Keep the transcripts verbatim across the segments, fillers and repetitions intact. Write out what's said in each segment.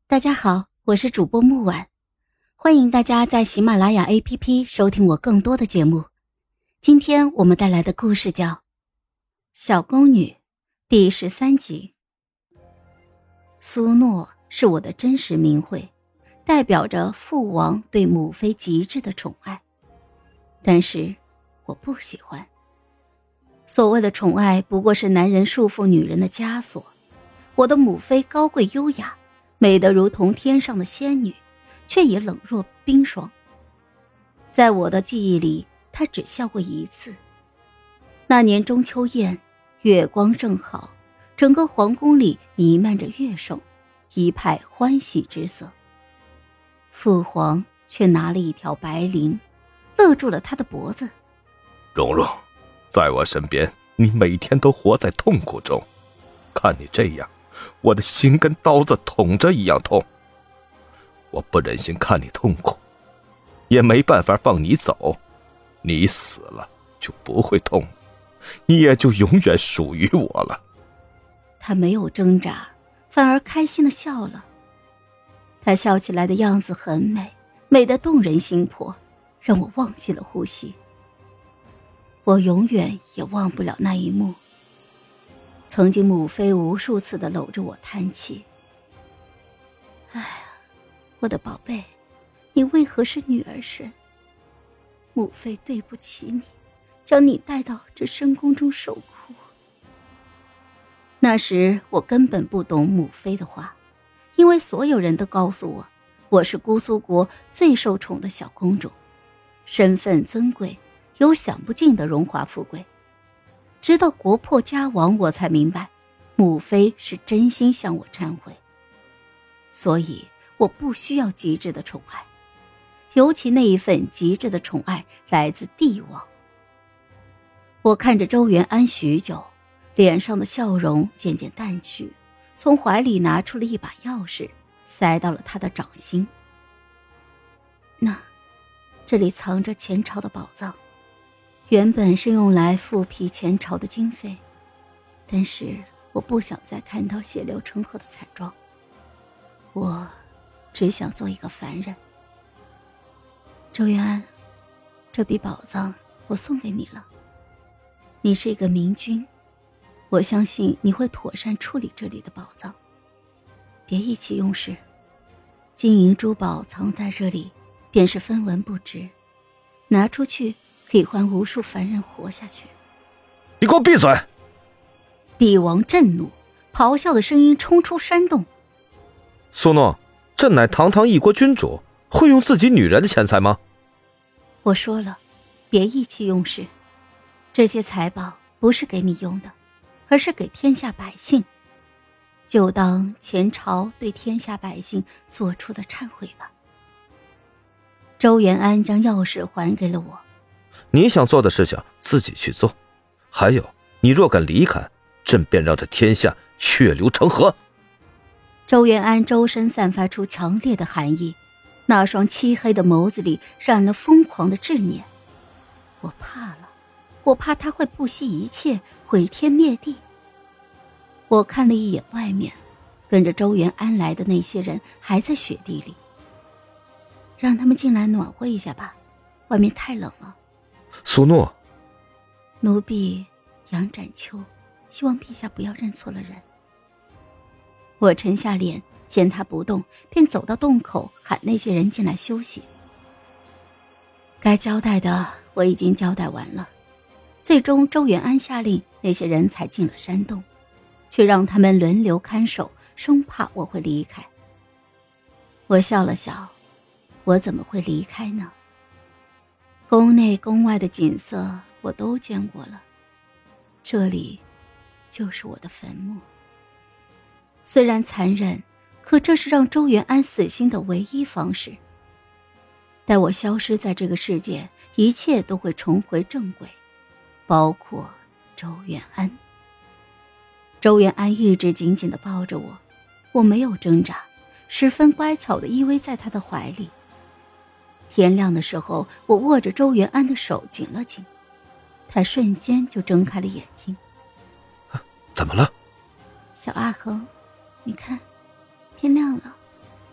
大家好，我是主播木婉，欢迎大家在喜马拉雅 A P P 收听我更多的节目。今天我们带来的故事叫《小宫女》第十三集。苏诺是我的真实名讳，代表着父王对母妃极致的宠爱，但是我不喜欢。所谓的宠爱不过是男人束缚女人的枷锁，我的母妃高贵优雅，美得如同天上的仙女，却也冷若冰霜。在我的记忆里，她只笑过一次。那年中秋宴，月光正好，整个皇宫里弥漫着乐声，一派欢喜之色。父皇却拿了一条白绫，勒住了他的脖子。 蓉蓉，在我身边，你每天都活在痛苦中，看你这样，我的心跟刀子捅着一样痛。我不忍心看你痛苦，也没办法放你走。你死了就不会痛，你也就永远属于我了。 他没有挣扎，反而开心地笑了。他笑起来的样子很美，美得动人心魄，让我忘记了呼吸。我永远也忘不了那一幕。曾经母妃无数次地搂着我叹气。哎呀，我的宝贝，你为何是女儿身？母妃对不起你，将你带到这深宫中受苦。那时我根本不懂母妃的话，因为所有人都告诉我，我是姑苏国最受宠的小公主，身份尊贵，有享不尽的荣华富贵。直到国破家亡，我才明白，母妃是真心向我忏悔。所以我不需要极致的宠爱，尤其那一份极致的宠爱来自帝王。我看着周元安许久，脸上的笑容渐渐淡去，从怀里拿出了一把钥匙，塞到了他的掌心。那，这里藏着前朝的宝藏，原本是用来复辟前朝的经费，但是我不想再看到血流成河的惨状，我只想做一个凡人。周元安，这笔宝藏我送给你了，你是一个明君，我相信你会妥善处理这里的宝藏，别意气用事，金银珠宝藏在这里便是分文不值，拿出去可以换无数凡人活下去。 你给我闭嘴！ 帝王震怒，咆哮的声音冲出山洞。 苏诺，朕乃堂堂一国君主，会用自己女人的钱财吗？ 我说了，别意气用事，这些财宝不是给你用的，而是给天下百姓，就当前朝对天下百姓做出的忏悔吧。周元安将钥匙还给了我。 你想做的事情自己去做，还有，你若敢离开，朕便让这天下血流成河。 周元安周身散发出强烈的寒意，那双漆黑的眸子里染了疯狂的执念。我怕了，我怕他会不惜一切毁天灭地。我看了一眼外面，跟着周元安来的那些人还在雪地里，让他们进来暖和一下吧，外面太冷了。 苏诺， 奴婢杨展秋，希望陛下不要认错了人。我沉下脸，见他不动，便走到洞口喊那些人进来休息。该交代的我已经交代完了，最终周元安下令那些人才进了山洞，却让他们轮流看守，生怕我会离开。我笑了笑，我怎么会离开呢？宫内宫外的景色我都见过了，这里就是我的坟墓。虽然残忍，可这是让周元安死心的唯一方式。待我消失在这个世界，一切都会重回正轨，包括周元安。周元安一直紧紧地抱着我，我没有挣扎，十分乖巧地依偎在他的怀里。天亮的时候，我握着周元安的手紧了紧，他瞬间就睁开了眼睛。 怎么了？ 小阿恒，你看，天亮了。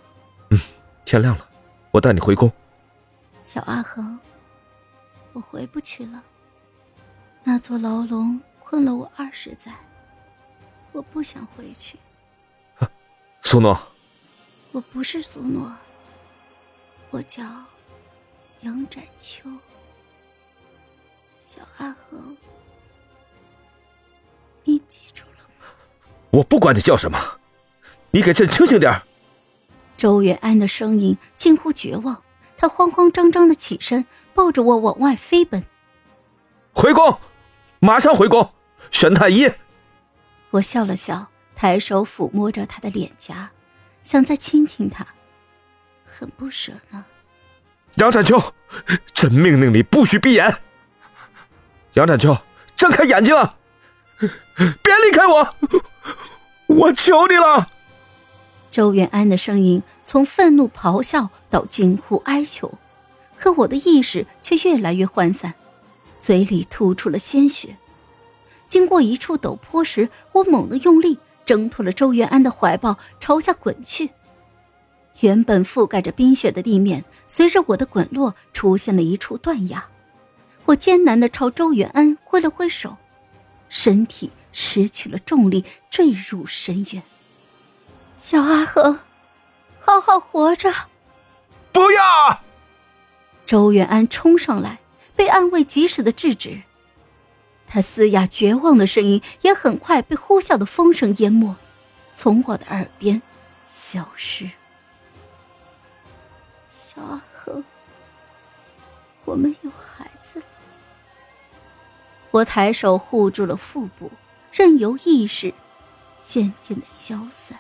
天亮了，我带你回宫。 小阿恒，我回不去了。那座牢笼困了我二十载，我不想回去。 啊，苏诺。 我不是苏诺，我叫杨展秋。小阿恒，你记住了吗？ 我不管你叫什么，你给朕清醒点。 周远安的声音近乎绝望，他慌慌张张地起身，抱着我往外飞奔。 回宫，马上回宫，宣太医。 我笑了笑，抬手抚摸着他的脸颊，想再亲亲他，很不舍呢。 杨展秋，朕命令你不许闭眼。杨展秋，睁开眼睛，别离开我，我求你了。 周远安的声音从愤怒咆哮到近乎哀求，可我的意识却越来越涣散，嘴里吐出了鲜血。经过一处陡坡时，我猛地用力挣脱了周元安的怀抱，朝下滚去。原本覆盖着冰雪的地面随着我的滚落出现了一处断崖，我艰难地朝周元安挥了挥手，身体失去了重力，坠入深渊。小阿恒，好好活着。 不要！ 周元安冲上来，被暗卫及时的制止。他嘶哑绝望的声音也很快被呼啸的风声淹没，从我的耳边消失。小阿恒，我们有孩子了。我抬手护住了腹部，任由意识渐渐的消散。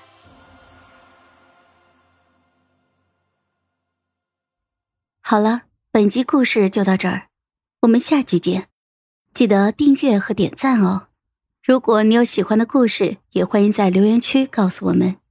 好了，本集故事就到这儿，我们下集见。记得订阅和点赞哦。如果你有喜欢的故事，也欢迎在留言区告诉我们。